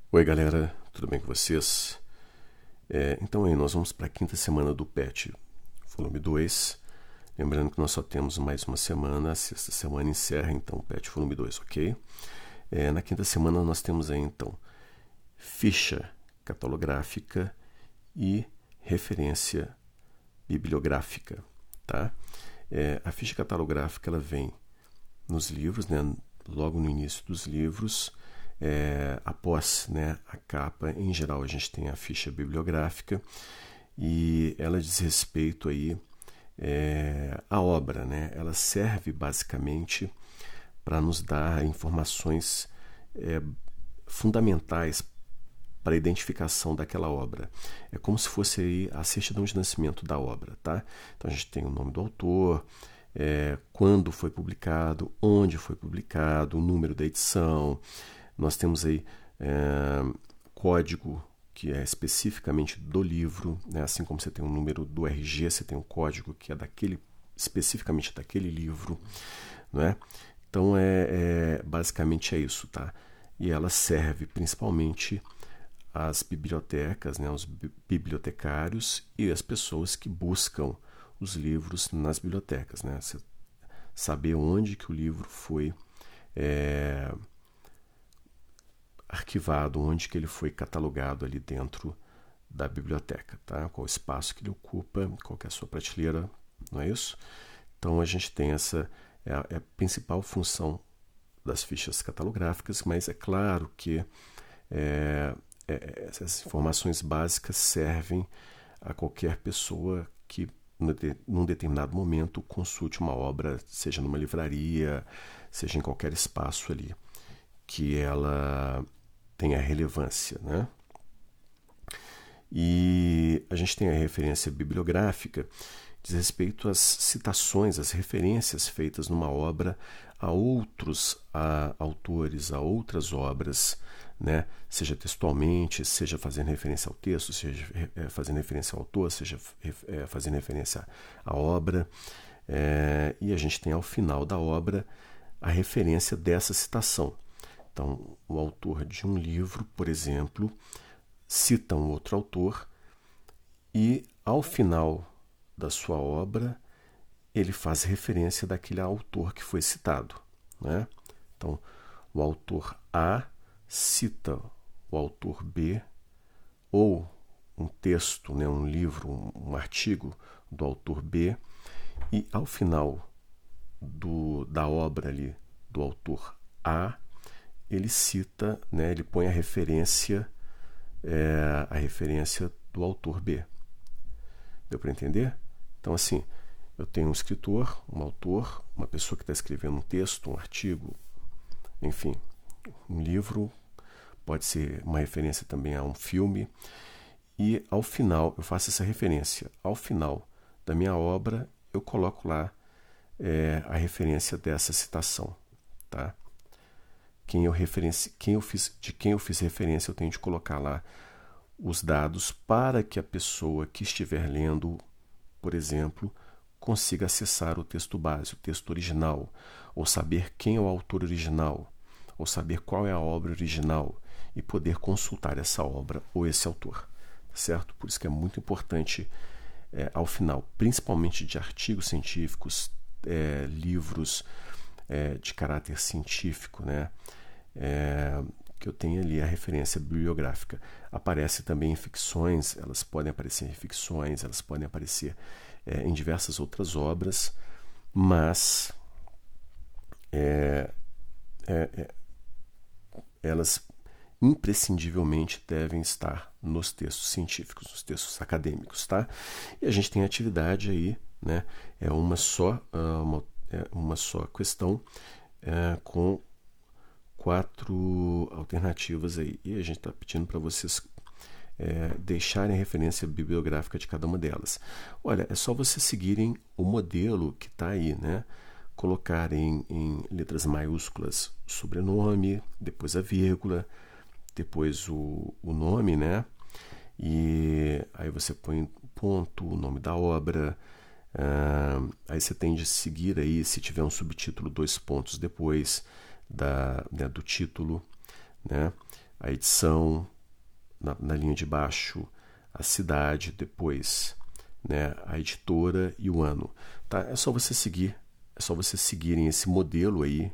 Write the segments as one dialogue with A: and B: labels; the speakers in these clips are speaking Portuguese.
A: Oi galera, tudo bem com vocês? Então aí, nós vamos para a quinta semana do PET, volume 2. Lembrando que nós só temos mais uma semana, a sexta semana encerra então o PET volume 2, ok? Na quinta semana nós temos aí então ficha catalográfica e referência bibliográfica, tá? A ficha catalográfica ela vem nos livros, né? Logo no início dos livros. Após, né, a capa, em geral a gente tem a ficha bibliográfica e ela diz respeito aí à obra, né? Ela serve basicamente para nos dar informações fundamentais para a identificação daquela obra. É como se fosse aí a certidão de nascimento da obra, tá? Então a gente tem o nome do autor, quando foi publicado, onde foi publicado, o número da edição. Nós temos aí código que é especificamente do livro, né? Assim como você tem um número do RG, você tem um código que é especificamente daquele livro, né? Então basicamente é isso, tá? E ela serve principalmente às bibliotecas, né? Aos bibliotecários e às pessoas que buscam os livros nas bibliotecas, né? Você saber onde que o livro foi arquivado, onde que ele foi catalogado ali dentro da biblioteca, tá? Qual o espaço que ele ocupa, qual que é a sua prateleira, não é isso? Então a gente tem essa a principal função das fichas catalográficas, mas é claro que essas informações básicas servem a qualquer pessoa que num determinado momento consulte uma obra, seja numa livraria, seja em qualquer espaço ali que ela tenha relevância, né? E a gente tem a referência bibliográfica, diz respeito às citações, às referências feitas numa obra a outros autores, a outras obras, né? Seja textualmente, seja fazendo referência ao texto, seja fazendo referência ao autor, seja fazendo referência à obra. E a gente tem ao final da obra a referência dessa citação. Então, o autor de um livro, por exemplo, cita um outro autor e, ao final da sua obra, ele faz referência daquele autor que foi citado, né? Então, o autor A cita o autor B, ou um texto, né, um livro, um artigo do autor B, e ao final da obra ali do autor A, ele cita, né, ele põe a referência do autor B. Deu para entender? Então, assim, eu tenho um escritor, um autor, uma pessoa que está escrevendo um texto, um artigo, enfim, um livro, pode ser uma referência também a um filme, e ao final eu faço essa referência. Ao final da minha obra, eu coloco lá a referência dessa citação, tá? De quem eu fiz referência, eu tenho de colocar lá os dados para que a pessoa que estiver lendo, por exemplo, consiga acessar o texto base, o texto original, ou saber quem é o autor original, ou saber qual é a obra original e poder consultar essa obra ou esse autor, certo? Por isso que é muito importante, ao final, principalmente de artigos científicos, livros de caráter científico, né? Que eu tenho ali a referência bibliográfica. Aparece também em ficções, elas podem aparecer em ficções, elas podem aparecer em diversas outras obras, mas elas imprescindivelmente devem estar nos textos científicos, nos textos acadêmicos, tá? E a gente tem a atividade aí, né? É uma só questão com 4 alternativas aí. E a gente está pedindo para vocês deixarem a referência bibliográfica de cada uma delas. Olha, é só vocês seguirem o modelo que está aí, né? Colocarem em letras maiúsculas o sobrenome, depois a vírgula, depois o nome, né? E aí você põe ponto, o nome da obra. Aí você tem de seguir aí, se tiver um subtítulo, 2 pontos depois do título, né? a edição, na linha de baixo, a cidade, depois, né, a editora e o ano. Tá? É só vocês seguirem esse modelo aí,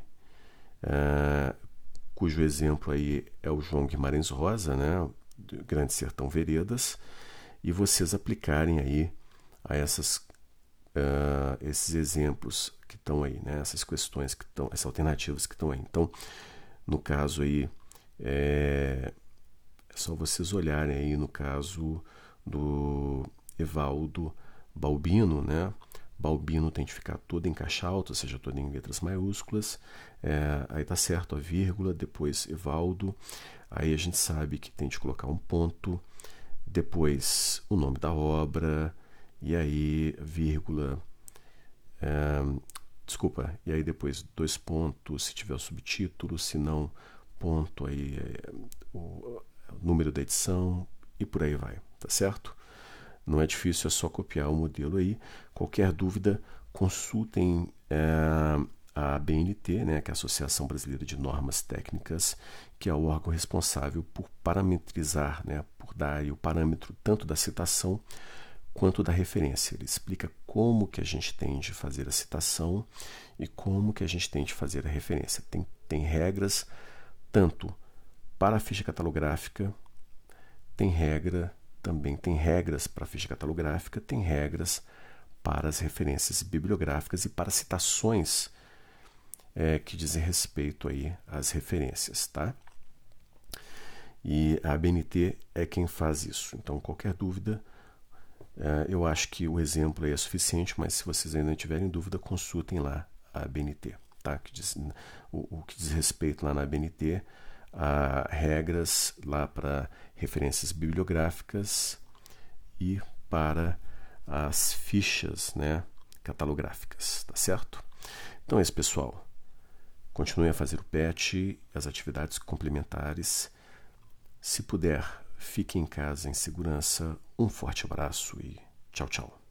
A: cujo exemplo aí é o João Guimarães Rosa, né, do Grande Sertão Veredas, e vocês aplicarem aí a esses exemplos que estão aí, né, essas questões que estão, essas alternativas que estão aí. Então, no caso aí, é só vocês olharem aí no caso do Evaldo Balbino, né? Balbino tem de ficar todo em caixa alta, ou seja, todo em letras maiúsculas. Aí tá certo a vírgula, depois Evaldo. Aí a gente sabe que tem de colocar um ponto, depois o nome da obra, e aí vírgula, e aí depois 2 pontos se tiver o subtítulo, se não, ponto, aí o número da edição e por aí vai, tá certo? Não é difícil, é só copiar o modelo aí. Qualquer dúvida, consultem a ABNT, né, que é a Associação Brasileira de Normas Técnicas, que é o órgão responsável por parametrizar, né, por dar aí o parâmetro tanto da citação quanto da referência. Ele explica como que a gente tem de fazer a citação e como que a gente tem de fazer a referência. Tem regras tanto para a ficha catalográfica, também tem regras para a ficha catalográfica, tem regras para as referências bibliográficas e para citações que dizem respeito aí às referências, tá? E a ABNT é quem faz isso. Então, qualquer dúvida, eu acho que o exemplo aí é suficiente, mas se vocês ainda tiverem dúvida, consultem lá a ABNT, tá? O que diz respeito lá na ABNT a regras lá para referências bibliográficas e para as fichas, né, catalográficas, tá certo? Então é isso, pessoal. Continue a fazer o PET, as atividades complementares. Se puder, fique em casa em segurança. Um forte abraço e tchau, tchau.